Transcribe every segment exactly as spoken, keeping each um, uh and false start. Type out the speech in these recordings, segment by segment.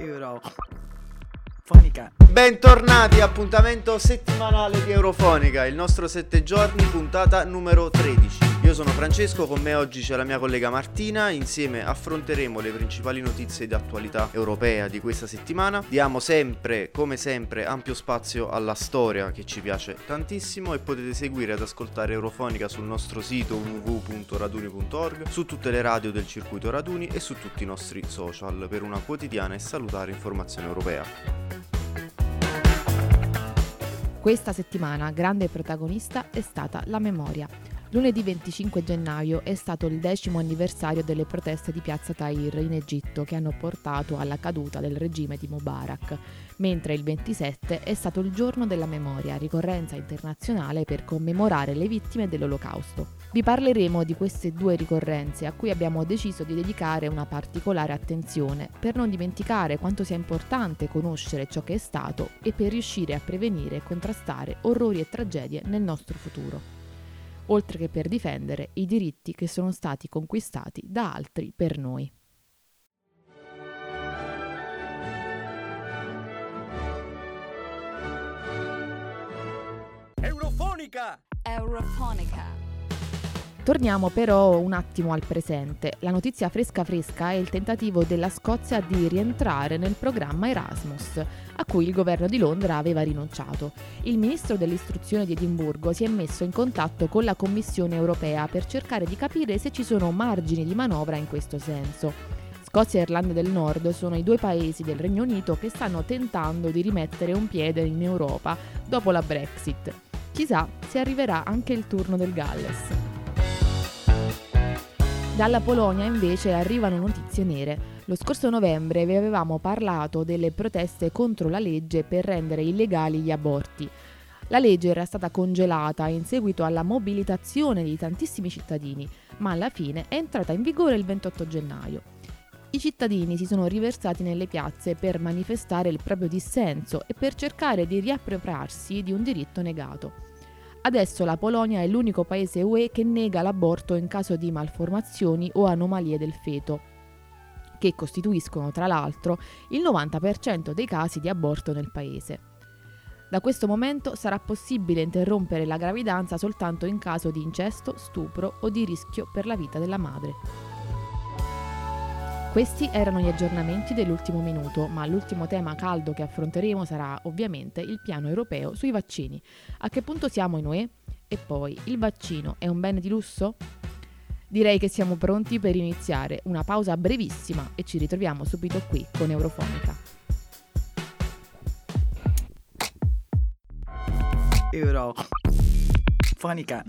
Eurofonica. Bentornati, appuntamento settimanale di Eurofonica, il nostro sette giorni, puntata numero tredici. Io sono Francesco, con me oggi c'è la mia collega Martina. Insieme affronteremo le principali notizie di attualità europea di questa settimana. Diamo sempre, come sempre, ampio spazio alla storia, che ci piace tantissimo, e potete seguire ed ascoltare Eurofonica sul nostro sito w w w punto raduni punto org, su tutte le radio del circuito Raduni e su tutti i nostri social per una quotidiana e salutare informazione europea. Questa settimana grande protagonista è stata la memoria. Lunedì venticinque gennaio è stato il decimo anniversario delle proteste di Piazza Tahrir in Egitto, che hanno portato alla caduta del regime di Mubarak, mentre il ventisette è stato il giorno della memoria, ricorrenza internazionale per commemorare le vittime dell'Olocausto. Vi parleremo di queste due ricorrenze a cui abbiamo deciso di dedicare una particolare attenzione per non dimenticare quanto sia importante conoscere ciò che è stato e per riuscire a prevenire e contrastare orrori e tragedie nel nostro futuro, oltre che per difendere i diritti che sono stati conquistati da altri per noi. Eurofonica. Eurofonica. Torniamo però un attimo al presente. La notizia fresca fresca è il tentativo della Scozia di rientrare nel programma Erasmus, a cui il governo di Londra aveva rinunciato. Il ministro dell'istruzione di Edimburgo si è messo in contatto con la Commissione europea per cercare di capire se ci sono margini di manovra in questo senso. Scozia e Irlanda del Nord sono i due paesi del Regno Unito che stanno tentando di rimettere un piede in Europa dopo la Brexit. Chissà se arriverà anche il turno del Galles. Dalla Polonia invece arrivano notizie nere. Lo scorso novembre vi avevamo parlato delle proteste contro la legge per rendere illegali gli aborti. La legge era stata congelata in seguito alla mobilitazione di tantissimi cittadini, ma alla fine è entrata in vigore il ventotto gennaio. I cittadini si sono riversati nelle piazze per manifestare il proprio dissenso e per cercare di riappropriarsi di un diritto negato. Adesso la Polonia è l'unico paese U E che nega l'aborto in caso di malformazioni o anomalie del feto, che costituiscono tra l'altro il novanta per cento dei casi di aborto nel paese. Da questo momento sarà possibile interrompere la gravidanza soltanto in caso di incesto, stupro o di rischio per la vita della madre. Questi erano gli aggiornamenti dell'ultimo minuto, ma l'ultimo tema caldo che affronteremo sarà ovviamente il piano europeo sui vaccini. A che punto siamo in U E? E poi, il vaccino è un bene di lusso? Direi che siamo pronti per iniziare una pausa brevissima e ci ritroviamo subito qui con Eurofonica. Eurofonica.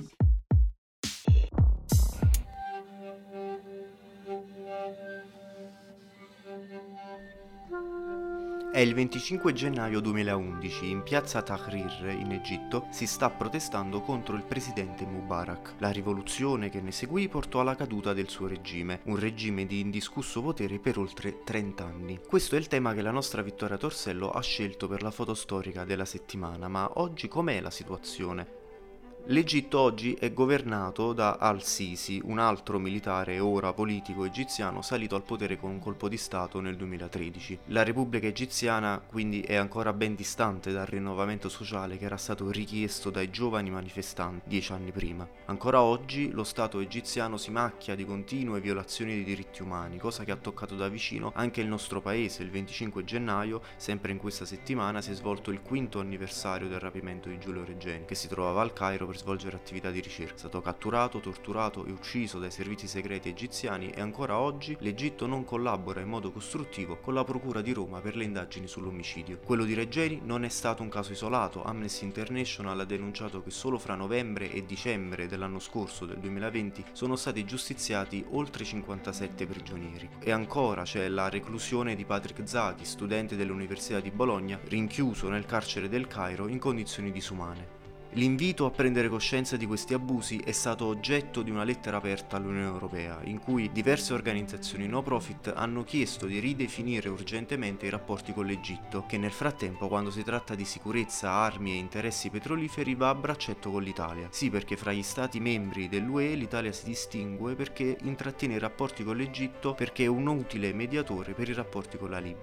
È il venticinque gennaio duemilaundici, in piazza Tahrir in Egitto si sta protestando contro il presidente Mubarak. La rivoluzione che ne seguì portò alla caduta del suo regime, un regime di indiscusso potere per oltre trenta anni. Questo è il tema che la nostra Vittoria Torsello ha scelto per la foto storica della settimana, ma oggi com'è la situazione? L'Egitto oggi è governato da Al-Sisi, un altro militare e ora politico egiziano salito al potere con un colpo di stato nel duemilatredici. La Repubblica Egiziana quindi è ancora ben distante dal rinnovamento sociale che era stato richiesto dai giovani manifestanti dieci anni prima. Ancora oggi lo Stato egiziano si macchia di continue violazioni dei diritti umani, cosa che ha toccato da vicino anche il nostro paese. Il venticinque gennaio, sempre in questa settimana, si è svolto il quinto anniversario del rapimento di Giulio Regeni, che si trovava al Cairo per svolgere attività di ricerca. È stato catturato, torturato e ucciso dai servizi segreti egiziani e ancora oggi l'Egitto non collabora in modo costruttivo con la Procura di Roma per le indagini sull'omicidio. Quello di Regeni non è stato un caso isolato. Amnesty International ha denunciato che solo fra novembre e dicembre dell'anno scorso, del duemilaventi, sono stati giustiziati oltre cinquantasette prigionieri. E ancora c'è la reclusione di Patrick Zaki, studente dell'Università di Bologna, rinchiuso nel carcere del Cairo in condizioni disumane. L'invito a prendere coscienza di questi abusi è stato oggetto di una lettera aperta all'Unione Europea, in cui diverse organizzazioni no profit hanno chiesto di ridefinire urgentemente i rapporti con l'Egitto, che nel frattempo, quando si tratta di sicurezza, armi e interessi petroliferi, va a braccetto con l'Italia. Sì, perché fra gli stati membri dell'U E l'Italia si distingue perché intrattiene i rapporti con l'Egitto perché è un utile mediatore per i rapporti con la Libia.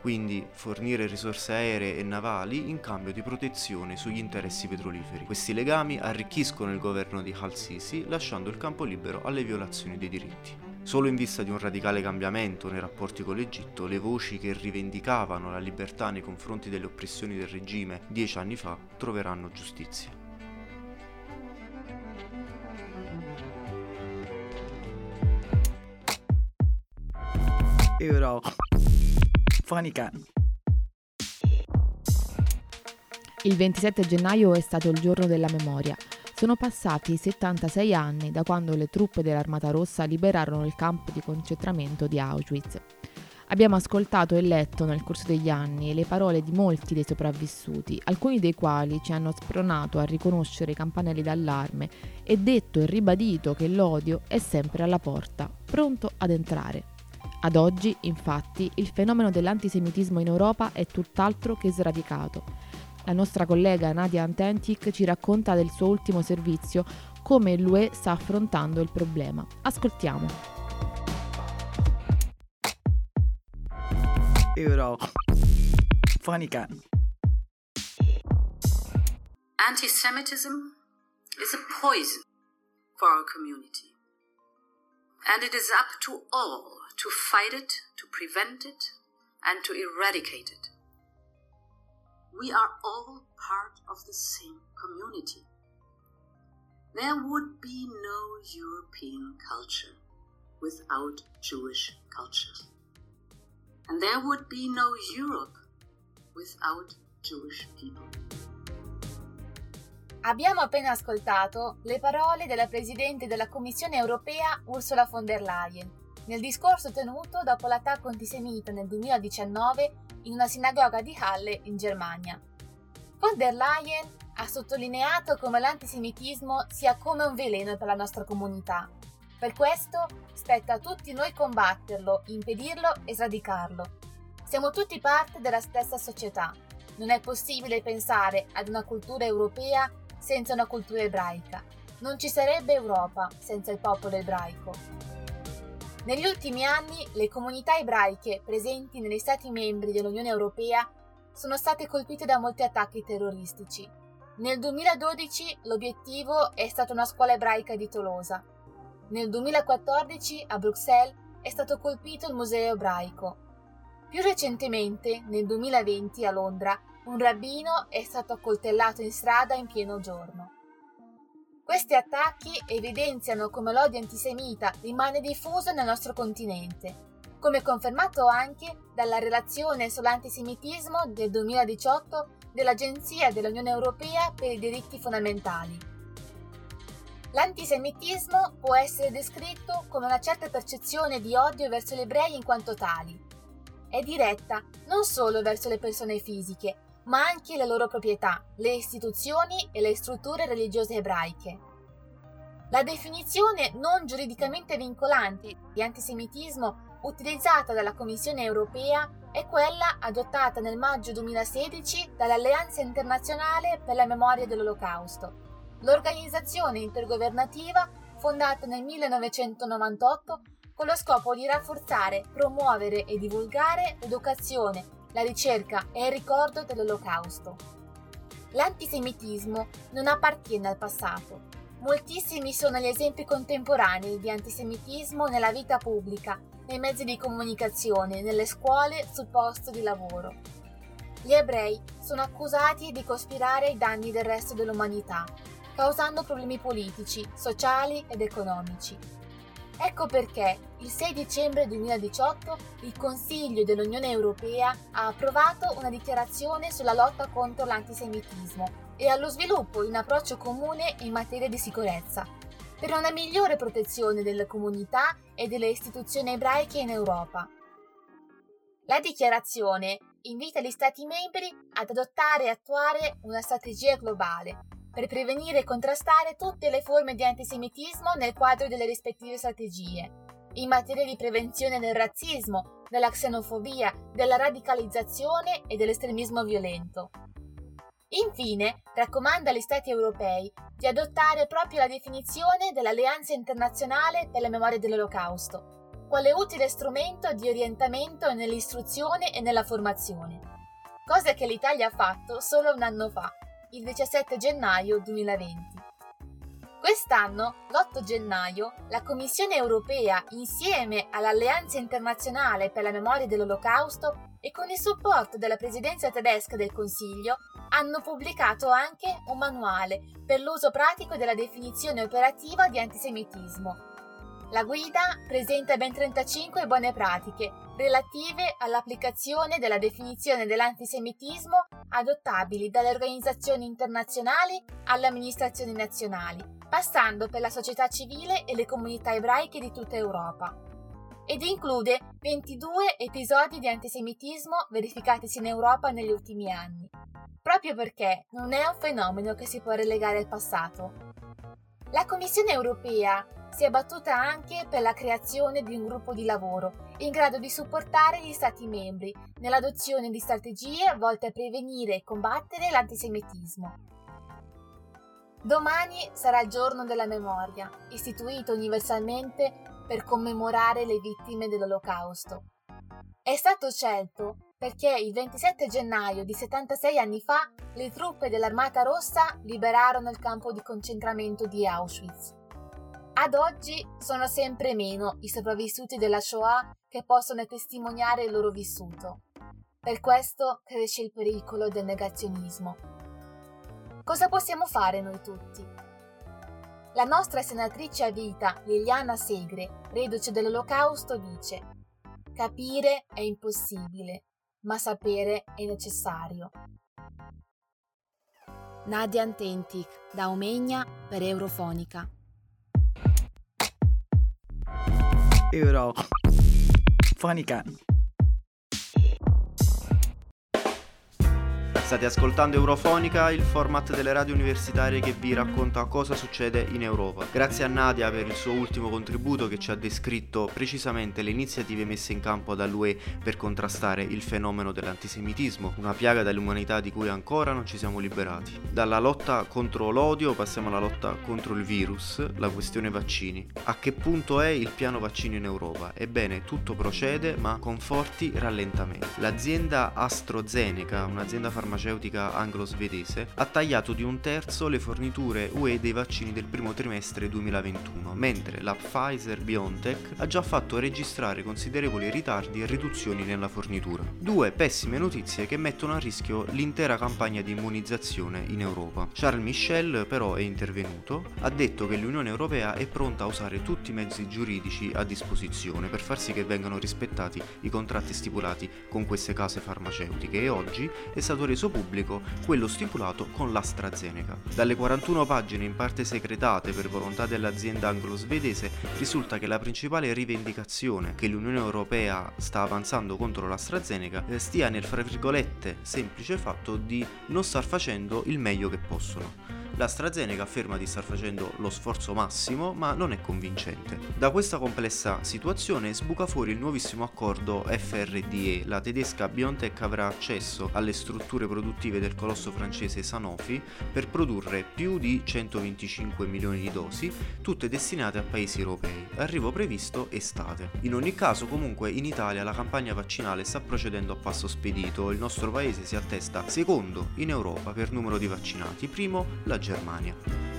quindi fornire risorse aeree e navali in cambio di protezione sugli interessi petroliferi. Questi legami arricchiscono il governo di al-Sisi, lasciando il campo libero alle violazioni dei diritti. Solo in vista di un radicale cambiamento nei rapporti con l'Egitto, le voci che rivendicavano la libertà nei confronti delle oppressioni del regime dieci anni fa troveranno giustizia. Euro Fonica. Il ventisette gennaio è stato il giorno della memoria. Sono passati settantasei anni da quando le truppe dell'Armata Rossa liberarono il campo di concentramento di Auschwitz. Abbiamo ascoltato e letto nel corso degli anni le parole di molti dei sopravvissuti, alcuni dei quali ci hanno spronato a riconoscere i campanelli d'allarme e detto e ribadito che l'odio è sempre alla porta, pronto ad entrare. Ad oggi, infatti, il fenomeno dell'antisemitismo in Europa è tutt'altro che sradicato. La nostra collega Nadia Antentic ci racconta del suo ultimo servizio, come l'U E sta affrontando il problema. Ascoltiamo. Euro Fonica. Anti-Semitism is a poison for our community. And it is up to all to fight it, to prevent it, and to eradicate it. We are all part of the same community. There would be no European culture without Jewish culture. And there would be no Europe without Jewish people. Abbiamo appena ascoltato le parole della Presidente della Commissione europea Ursula von der Leyen nel discorso tenuto dopo l'attacco antisemita nel duemiladiciannove in una sinagoga di Halle in Germania. Von der Leyen ha sottolineato come l'antisemitismo sia come un veleno per la nostra comunità. Per questo spetta a tutti noi combatterlo, impedirlo e sradicarlo. Siamo tutti parte della stessa società. Non è possibile pensare ad una cultura europea senza una cultura ebraica. Non ci sarebbe Europa senza il popolo ebraico. Negli ultimi anni le comunità ebraiche presenti negli Stati membri dell'Unione Europea sono state colpite da molti attacchi terroristici. Nel duemiladodici l'obiettivo è stata una scuola ebraica di Tolosa. Nel duemilaquattordici a Bruxelles è stato colpito il museo ebraico. Più recentemente, nel duemilaventi a Londra, un rabbino è stato accoltellato in strada in pieno giorno. Questi attacchi evidenziano come l'odio antisemita rimane diffuso nel nostro continente, come confermato anche dalla relazione sull'antisemitismo del duemiladiciotto dell'Agenzia dell'Unione Europea per i diritti fondamentali. L'antisemitismo può essere descritto come una certa percezione di odio verso gli ebrei in quanto tali. È diretta non solo verso le persone fisiche, ma anche le loro proprietà, le istituzioni e le strutture religiose ebraiche. La definizione non giuridicamente vincolante di antisemitismo utilizzata dalla Commissione europea è quella adottata nel maggio duemilasedici dall'Alleanza Internazionale per la Memoria dell'Olocausto, l'organizzazione intergovernativa fondata nel millenovecentonovantotto con lo scopo di rafforzare, promuovere e divulgare l'educazione, la ricerca e il ricordo dell'Olocausto. L'antisemitismo non appartiene al passato. Moltissimi sono gli esempi contemporanei di antisemitismo nella vita pubblica, nei mezzi di comunicazione, nelle scuole, sul posto di lavoro. Gli ebrei sono accusati di cospirare ai danni del resto dell'umanità, causando problemi politici, sociali ed economici. Ecco perché il sei dicembre duemiladiciotto il Consiglio dell'Unione Europea ha approvato una dichiarazione sulla lotta contro l'antisemitismo e allo sviluppo di un approccio comune in materia di sicurezza, per una migliore protezione delle comunità e delle istituzioni ebraiche in Europa. La dichiarazione invita gli Stati membri ad adottare e attuare una strategia globale per prevenire e contrastare tutte le forme di antisemitismo nel quadro delle rispettive strategie, in materia di prevenzione del razzismo, della xenofobia, della radicalizzazione e dell'estremismo violento. Infine, raccomanda agli Stati europei di adottare proprio la definizione dell'Alleanza Internazionale per la Memoria dell'Olocausto, quale utile strumento di orientamento nell'istruzione e nella formazione, cosa che l'Italia ha fatto solo un anno fa, il diciassette gennaio duemilaventi. Quest'anno, l'otto gennaio, la Commissione europea, insieme all'Alleanza internazionale per la memoria dell'Olocausto e con il supporto della Presidenza tedesca del Consiglio, hanno pubblicato anche un manuale per l'uso pratico della definizione operativa di antisemitismo. La guida presenta ben trentacinque buone pratiche relative all'applicazione della definizione dell'antisemitismo adottabili dalle organizzazioni internazionali alle amministrazioni nazionali, passando per la società civile e le comunità ebraiche di tutta Europa. Ed include ventidue episodi di antisemitismo verificatisi in Europa negli ultimi anni, proprio perché non è un fenomeno che si può relegare al passato. La Commissione europea si è battuta anche per la creazione di un gruppo di lavoro in grado di supportare gli Stati membri nell'adozione di strategie volte a prevenire e combattere l'antisemitismo. Domani sarà il giorno della memoria, istituito universalmente per commemorare le vittime dell'Olocausto. È stato scelto perché il ventisette gennaio di settantasei anni fa le truppe dell'Armata Rossa liberarono il campo di concentramento di Auschwitz. Ad oggi sono sempre meno i sopravvissuti della Shoah che possono testimoniare il loro vissuto. Per questo cresce il pericolo del negazionismo. Cosa possiamo fare noi tutti? La nostra senatrice a vita, Liliana Segre, reduce dell'Olocausto, dice: capire è impossibile, ma sapere è necessario. Nadia Antentic, da Omegna per Eurofonica. Eurofonica. State ascoltando Eurofonica, il format delle radio universitarie che vi racconta cosa succede in Europa. Grazie a Nadia per il suo ultimo contributo che ci ha descritto precisamente le iniziative messe in campo dall'U E per contrastare il fenomeno dell'antisemitismo, una piaga dell'umanità di cui ancora non ci siamo liberati. Dalla lotta contro l'odio passiamo alla lotta contro il virus, la questione vaccini. A che punto è il piano vaccino in Europa? Ebbene, tutto procede ma con forti rallentamenti. L'azienda AstraZeneca, un'azienda farmaceutica anglo-svedese, ha tagliato di un terzo le forniture U E dei vaccini del primo trimestre duemilaventuno, mentre la Pfizer-BioNTech ha già fatto registrare considerevoli ritardi e riduzioni nella fornitura. Due pessime notizie che mettono a rischio l'intera campagna di immunizzazione in Europa. Charles Michel però è intervenuto, ha detto che l'Unione Europea è pronta a usare tutti i mezzi giuridici a disposizione per far sì che vengano rispettati i contratti stipulati con queste case farmaceutiche, e oggi è stato reso pubblico quello stipulato con l'AstraZeneca. Dalle quarantuno pagine in parte segretate per volontà dell'azienda anglo-svedese risulta che la principale rivendicazione che l'Unione Europea sta avanzando contro l'AstraZeneca stia nel, fra virgolette, semplice fatto di non star facendo il meglio che possono. L'AstraZeneca afferma di star facendo lo sforzo massimo, ma non è convincente. Da questa complessa situazione sbuca fuori il nuovissimo accordo F R D E. La tedesca BioNTech avrà accesso alle strutture produttive del colosso francese Sanofi per produrre più di centoventicinque milioni di dosi, tutte destinate a paesi europei. Arrivo previsto estate. In ogni caso, comunque, in Italia la campagna vaccinale sta procedendo a passo spedito. Il nostro paese si attesta secondo in Europa per numero di vaccinati, primo la Germania.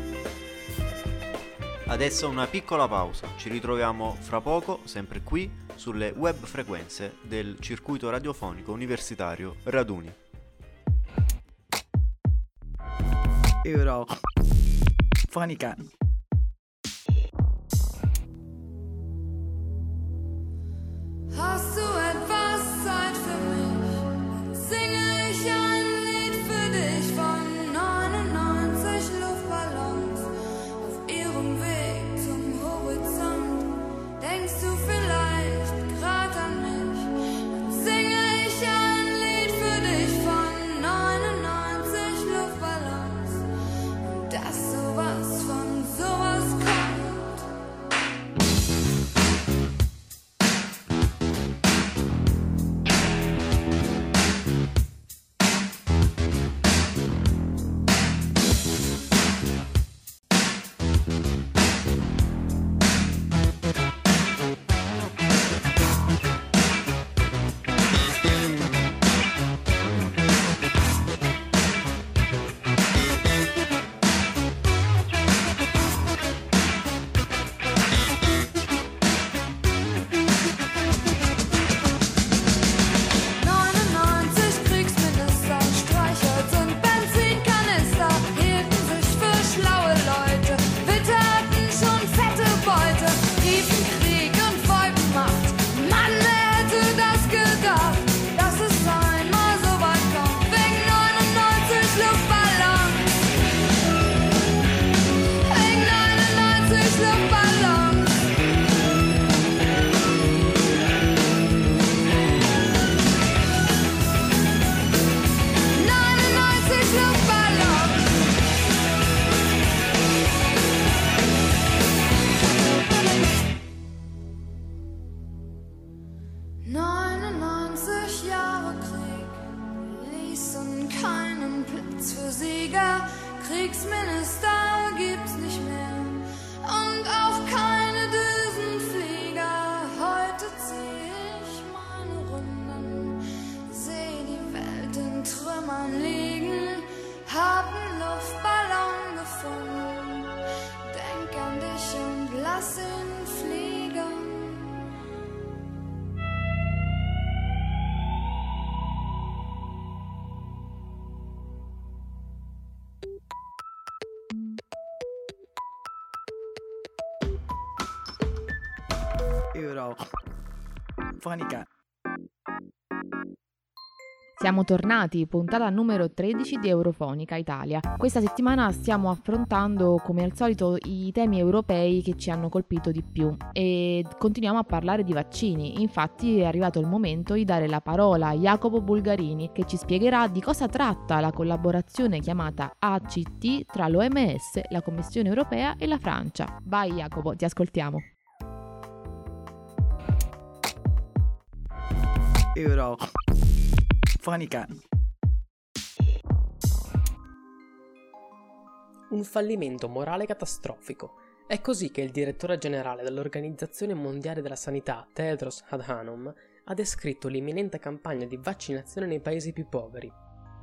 Adesso una piccola pausa, ci ritroviamo fra poco, sempre qui, sulle web frequenze del circuito radiofonico universitario Raduni. Eurofonica. Hast du etwas Zeit für mich? Singe ich ein Lied für dich von neunundneunzig Luftballons auf ihrem Weg zum Horizont. Denkst du vielleicht grad an mich? Dann singe ich ein Lied für dich von neunundneunzig Luftballons und das sowas von so neunundneunzig Jahre Krieg ließen keinen Platz für Sieger. Kriegsminister gibt's nicht mehr und auch keine Düsenflieger. Heute zieh ich meine Runden, seh die Welt in Trümmern liegen, hab einen Luftballon gefunden, denk an dich und lass ihn fliegen. Eurofonica. Siamo tornati, puntata numero tredici di Eurofonica Italia. Questa settimana stiamo affrontando, come al solito, i temi europei che ci hanno colpito di più e continuiamo a parlare di vaccini. Infatti è arrivato il momento di dare la parola a Jacopo Bulgarini, che ci spiegherà di cosa tratta la collaborazione chiamata A C T tra l'O M S, la Commissione Europea e la Francia. Vai Jacopo, ti ascoltiamo. Eurofonica. Un fallimento morale catastrofico. È così che il direttore generale dell'Organizzazione Mondiale della Sanità, Tedros Adhanom, ha descritto l'imminente campagna di vaccinazione nei paesi più poveri.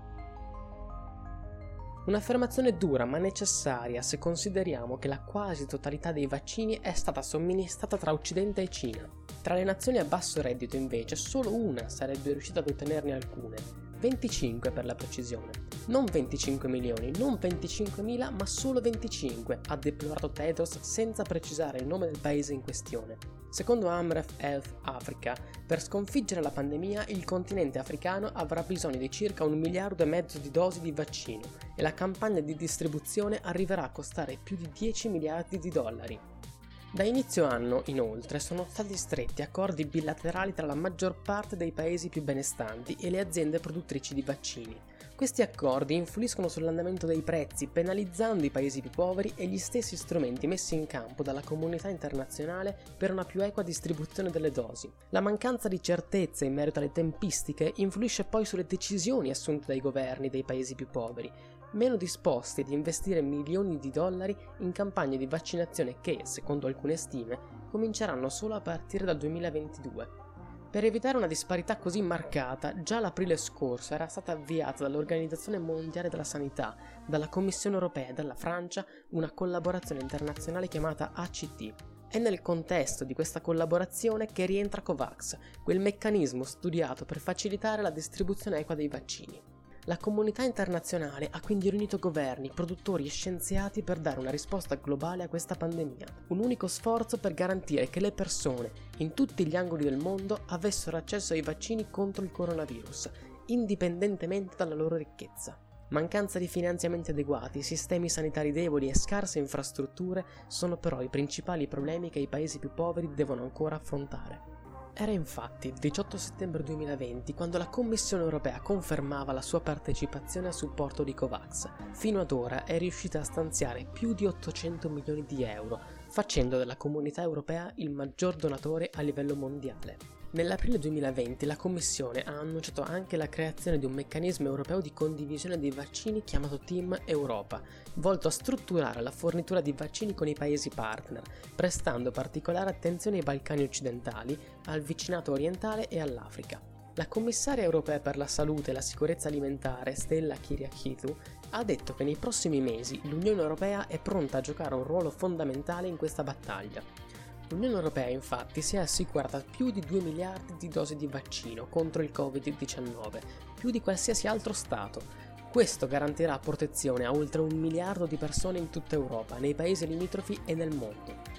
Un'affermazione dura ma necessaria se consideriamo che la quasi totalità dei vaccini è stata somministrata tra Occidente e Cina. Tra le nazioni a basso reddito invece solo una sarebbe riuscita ad ottenerne alcune, venticinque per la precisione. Non venticinque milioni, non venticinquemila, ma solo venticinque, ha deplorato Tedros senza precisare il nome del paese in questione. Secondo Amref Health Africa, per sconfiggere la pandemia il continente africano avrà bisogno di circa un miliardo e mezzo di dosi di vaccino e la campagna di distribuzione arriverà a costare più di dieci miliardi di dollari. Da inizio anno, inoltre, sono stati stretti accordi bilaterali tra la maggior parte dei paesi più benestanti e le aziende produttrici di vaccini. Questi accordi influiscono sull'andamento dei prezzi, penalizzando i paesi più poveri e gli stessi strumenti messi in campo dalla comunità internazionale per una più equa distribuzione delle dosi. La mancanza di certezza in merito alle tempistiche influisce poi sulle decisioni assunte dai governi dei paesi più poveri, meno disposti ad investire milioni di dollari in campagne di vaccinazione che, secondo alcune stime, cominceranno solo a partire dal duemilaventidue. Per evitare una disparità così marcata, già l'aprile scorso era stata avviata dall'Organizzazione Mondiale della Sanità, dalla Commissione Europea e dalla Francia una collaborazione internazionale chiamata A C T. È nel contesto di questa collaborazione che rientra COVAX, quel meccanismo studiato per facilitare la distribuzione equa dei vaccini. La comunità internazionale ha quindi riunito governi, produttori e scienziati per dare una risposta globale a questa pandemia. Un unico sforzo per garantire che le persone, in tutti gli angoli del mondo, avessero accesso ai vaccini contro il coronavirus, indipendentemente dalla loro ricchezza. Mancanza di finanziamenti adeguati, sistemi sanitari deboli e scarse infrastrutture sono però i principali problemi che i paesi più poveri devono ancora affrontare. Era infatti il diciotto settembre duemilaventi quando la Commissione Europea confermava la sua partecipazione a supporto di COVAX. Fino ad ora è riuscita a stanziare più di ottocento milioni di euro, facendo della Comunità Europea il maggior donatore a livello mondiale. Nell'aprile duemilaventi la Commissione ha annunciato anche la creazione di un meccanismo europeo di condivisione dei vaccini chiamato Team Europa, volto a strutturare la fornitura di vaccini con i paesi partner, prestando particolare attenzione ai Balcani occidentali, al vicinato orientale e all'Africa. La commissaria europea per la salute e la sicurezza alimentare, Stella Kyriakides, ha detto che nei prossimi mesi l'Unione Europea è pronta a giocare un ruolo fondamentale in questa battaglia. L'Unione Europea infatti si è assicurata più di due miliardi di dosi di vaccino contro il covid diciannove, più di qualsiasi altro Stato. Questo garantirà protezione a oltre un miliardo di persone in tutta Europa, nei paesi limitrofi e nel mondo.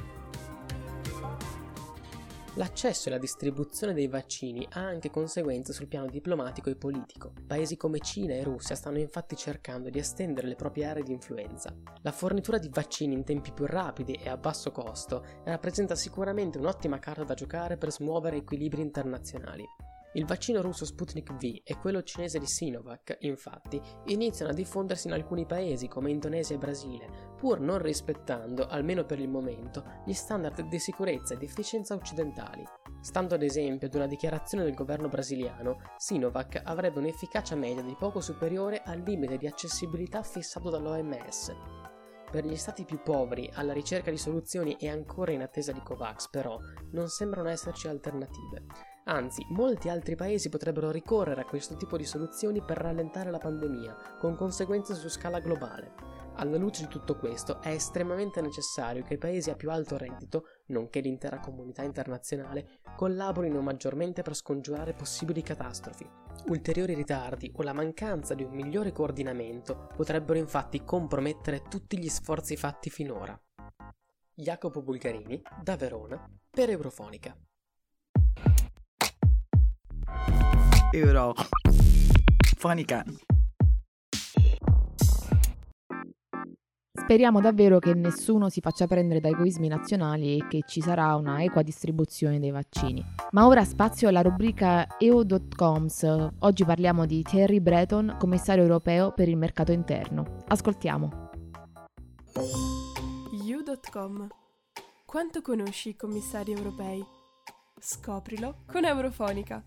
L'accesso e la distribuzione dei vaccini ha anche conseguenze sul piano diplomatico e politico. Paesi come Cina e Russia stanno infatti cercando di estendere le proprie aree di influenza. La fornitura di vaccini in tempi più rapidi e a basso costo rappresenta sicuramente un'ottima carta da giocare per smuovere equilibri internazionali. Il vaccino russo Sputnik V e quello cinese di Sinovac, infatti, iniziano a diffondersi in alcuni paesi come Indonesia e Brasile, pur non rispettando, almeno per il momento, gli standard di sicurezza e di efficienza occidentali. Stando ad esempio ad una dichiarazione del governo brasiliano, Sinovac avrebbe un'efficacia media di poco superiore al limite di accessibilità fissato dall'O M S. Per gli stati più poveri, alla ricerca di soluzioni e ancora in attesa di COVAX, però, non sembrano esserci alternative. Anzi, molti altri paesi potrebbero ricorrere a questo tipo di soluzioni per rallentare la pandemia, con conseguenze su scala globale. Alla luce di tutto questo, è estremamente necessario che i paesi a più alto reddito, nonché l'intera comunità internazionale, collaborino maggiormente per scongiurare possibili catastrofi. Ulteriori ritardi o la mancanza di un migliore coordinamento potrebbero infatti compromettere tutti gli sforzi fatti finora. Jacopo Bulgarini, da Verona, per Eurofonica. Eurofonica. Speriamo davvero che nessuno si faccia prendere dai egoismi nazionali e che ci sarà una equa distribuzione dei vaccini. Ma ora spazio alla rubrica E U punto coms. Oggi parliamo di Thierry Breton, commissario europeo per il mercato interno. Ascoltiamo. E U punto com. Quanto conosci i commissari europei? Scoprilo con Eurofonica.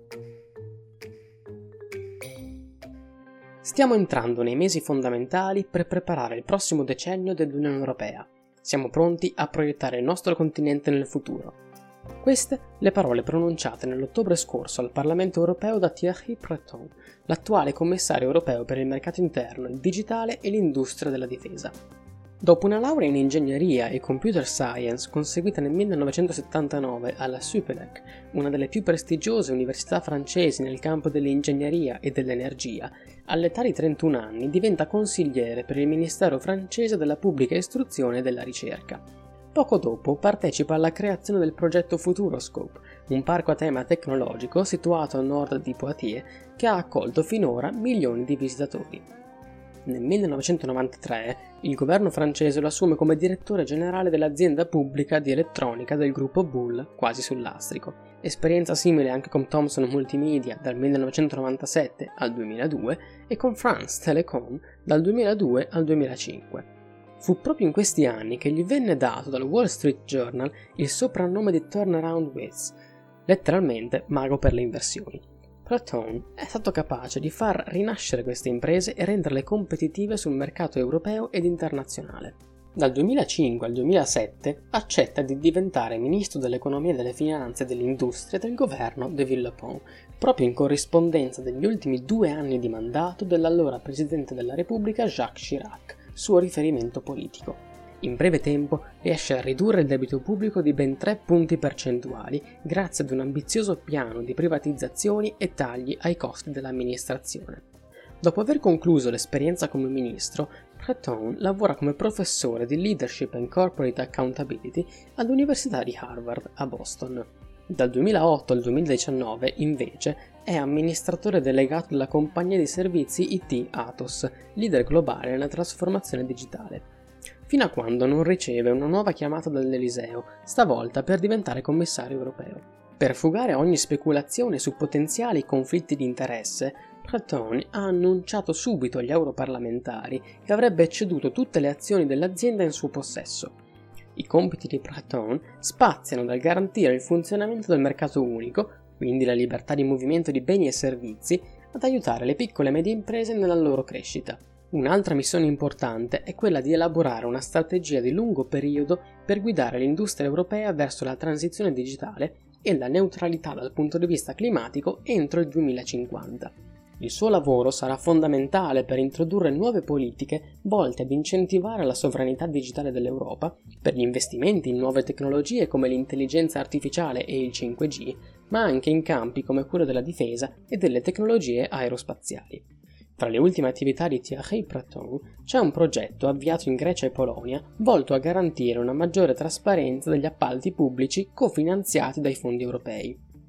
Stiamo entrando nei mesi fondamentali per preparare il prossimo decennio dell'Unione Europea. Siamo pronti a proiettare il nostro continente nel futuro. Queste le parole pronunciate nell'ottobre scorso al Parlamento Europeo da Thierry Breton, l'attuale commissario europeo per il mercato interno, il digitale e l'industria della difesa. Dopo una laurea in ingegneria e computer science conseguita nel millenovecentosettantanove alla Supélec, una delle più prestigiose università francesi nel campo dell'ingegneria e dell'energia, all'età di trentuno anni diventa consigliere per il Ministero francese della Pubblica Istruzione e della Ricerca. Poco dopo partecipa alla creazione del progetto Futuroscope, un parco a tema tecnologico situato a nord di Poitiers che ha accolto finora milioni di visitatori. Nel millenovecentonovantatré il governo francese lo assume come direttore generale dell'azienda pubblica di elettronica del gruppo Bull, quasi sul lastrico. Esperienza simile anche con Thomson Multimedia dal millenovecentonovantasette al duemiladue e con France Telecom dal duemiladue al duemilacinque. Fu proprio in questi anni che gli venne dato dal Wall Street Journal il soprannome di Turnaround Whiz, letteralmente mago per le inversioni. Breton è stato capace di far rinascere queste imprese e renderle competitive sul mercato europeo ed internazionale. Dal duemilacinque al duemilasette accetta di diventare ministro dell'economia e delle finanze e dell'industria del governo de Villepin, proprio in corrispondenza degli ultimi due anni di mandato dell'allora presidente della Repubblica Jacques Chirac, suo riferimento politico. In breve tempo riesce a ridurre il debito pubblico di ben tre punti percentuali grazie ad un ambizioso piano di privatizzazioni e tagli ai costi dell'amministrazione. Dopo aver concluso l'esperienza come ministro, Breton lavora come professore di Leadership and Corporate Accountability all'Università di Harvard a Boston. Dal duemilaotto al duemiladiciannove, invece, è amministratore delegato della compagnia di servizi I T Atos, leader globale nella trasformazione digitale. Fino a quando non riceve una nuova chiamata dall'Eliseo, stavolta per diventare commissario europeo. Per fugare ogni speculazione su potenziali conflitti di interesse, Breton ha annunciato subito agli europarlamentari che avrebbe ceduto tutte le azioni dell'azienda in suo possesso. I compiti di Breton spaziano dal garantire il funzionamento del mercato unico, quindi la libertà di movimento di beni e servizi, ad aiutare le piccole e medie imprese nella loro crescita. Un'altra missione importante è quella di elaborare una strategia di lungo periodo per guidare l'industria europea verso la transizione digitale e la neutralità dal punto di vista climatico entro il duemilacinquanta. Il suo lavoro sarà fondamentale per introdurre nuove politiche volte ad incentivare la sovranità digitale dell'Europa, per gli investimenti in nuove tecnologie come l'intelligenza artificiale e il cinque G, ma anche in campi come quello della difesa e delle tecnologie aerospaziali. Tra le ultime attività di Thierry Breton c'è un progetto avviato in Grecia e Polonia volto a garantire una maggiore trasparenza degli appalti pubblici cofinanziati dai fondi europei.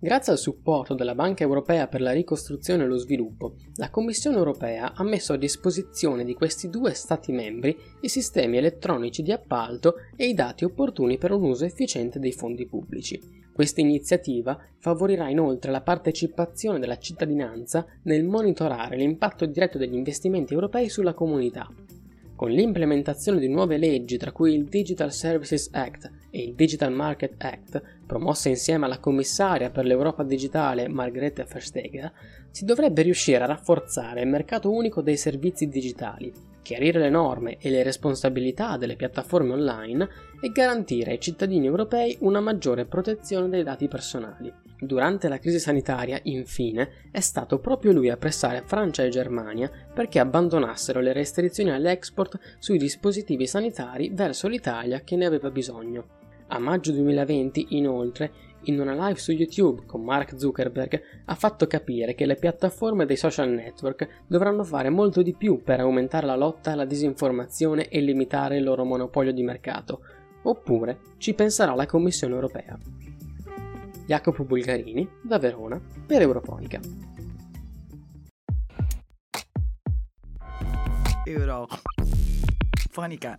Grazie al supporto della Banca Europea per la Ricostruzione e lo Sviluppo, la Commissione Europea ha messo a disposizione di questi due Stati membri i sistemi elettronici di appalto e i dati opportuni per un uso efficiente dei fondi pubblici. Questa iniziativa favorirà inoltre la partecipazione della cittadinanza nel monitorare l'impatto diretto degli investimenti europei sulla comunità. Con l'implementazione di nuove leggi, tra cui il Digital Services Act e il Digital Market Act, promosse insieme alla commissaria per l'Europa digitale Margrethe Vestager, si dovrebbe riuscire a rafforzare il mercato unico dei servizi digitali, chiarire le norme e le responsabilità delle piattaforme online e garantire ai cittadini europei una maggiore protezione dei dati personali. Durante la crisi sanitaria, infine, è stato proprio lui a pressare Francia e Germania perché abbandonassero le restrizioni all'export sui dispositivi sanitari verso l'Italia che ne aveva bisogno. A maggio duemilaventi, inoltre, in una live su YouTube con Mark Zuckerberg, ha fatto capire che le piattaforme dei social network dovranno fare molto di più per aumentare la lotta alla disinformazione e limitare il loro monopolio di mercato, oppure ci penserà la Commissione Europea. Jacopo Bulgarini, da Verona, per Eurofonica. Eurofonica.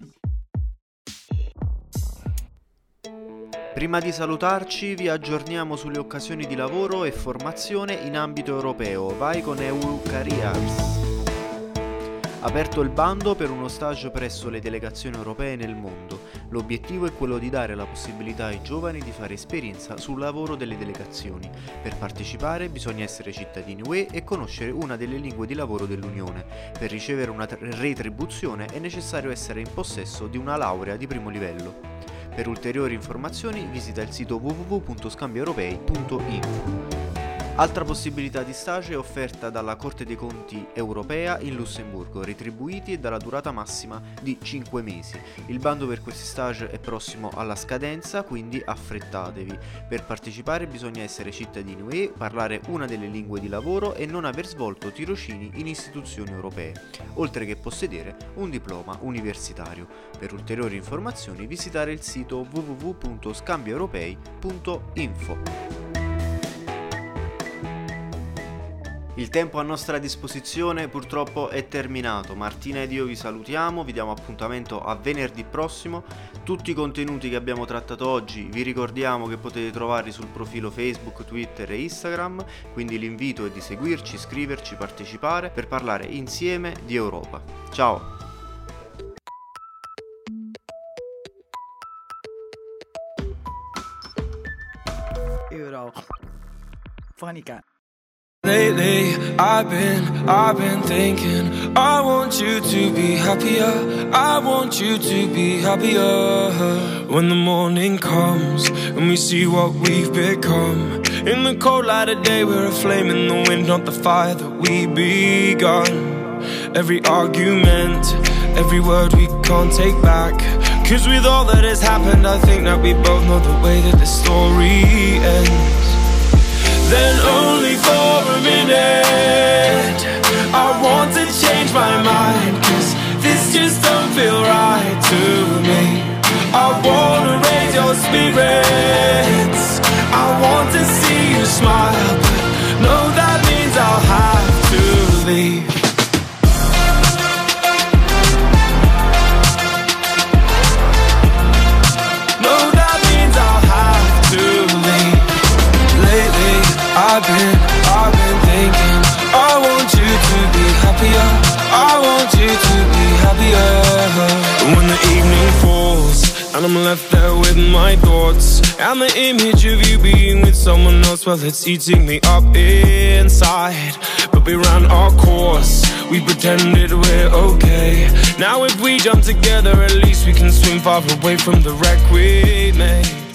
Prima di salutarci vi aggiorniamo sulle occasioni di lavoro e formazione in ambito europeo. Vai con EUCareers. Aperto il bando per uno stage presso le delegazioni europee nel mondo. L'obiettivo è quello di dare la possibilità ai giovani di fare esperienza sul lavoro delle delegazioni. Per partecipare bisogna essere cittadini U E e conoscere una delle lingue di lavoro dell'Unione. Per ricevere una retribuzione è necessario essere in possesso di una laurea di primo livello. Per ulteriori informazioni visita il sito w w w punto scambi europei punto info. Altra possibilità di stage è offerta dalla Corte dei Conti europea in Lussemburgo, retribuiti e dalla durata massima di cinque mesi. Il bando per questi stage è prossimo alla scadenza, quindi affrettatevi. Per partecipare bisogna essere cittadini U E, parlare una delle lingue di lavoro e non aver svolto tirocini in istituzioni europee, oltre che possedere un diploma universitario. Per ulteriori informazioni visitare il sito w w w punto scambi europei punto info. Il tempo a nostra disposizione purtroppo è terminato. Martina ed io vi salutiamo, vi diamo appuntamento a venerdì prossimo. Tutti i contenuti che abbiamo trattato oggi vi ricordiamo che potete trovarli sul profilo Facebook, Twitter e Instagram, quindi l'invito è di seguirci, scriverci, partecipare per parlare insieme di Europa. Ciao! Eurofonica. Lately, I've been, I've been thinking, I want you to be happier, I want you to be happier. When the morning comes and we see what we've become, in the cold light of day we're a flame in the wind, not the fire that we begun. Every argument, every word we can't take back, cause with all that has happened I think that we both know the way that the story ends. Then only for a minute I want to change my mind, cause this just don't feel right to me. I wanna raise your spirits, I want to see you smile, but no, that means I'll have to leave. No, that means I'll have to leave. Lately I've been, I've been thinking, I want you to be happier, I want you to be happier. When the evening falls and I'm left there with my thoughts, and the image of you being with someone else, well, it's eating me up inside. But we ran our course, we pretended we're okay. Now if we jump together, at least we can swim far away from the wreck we made.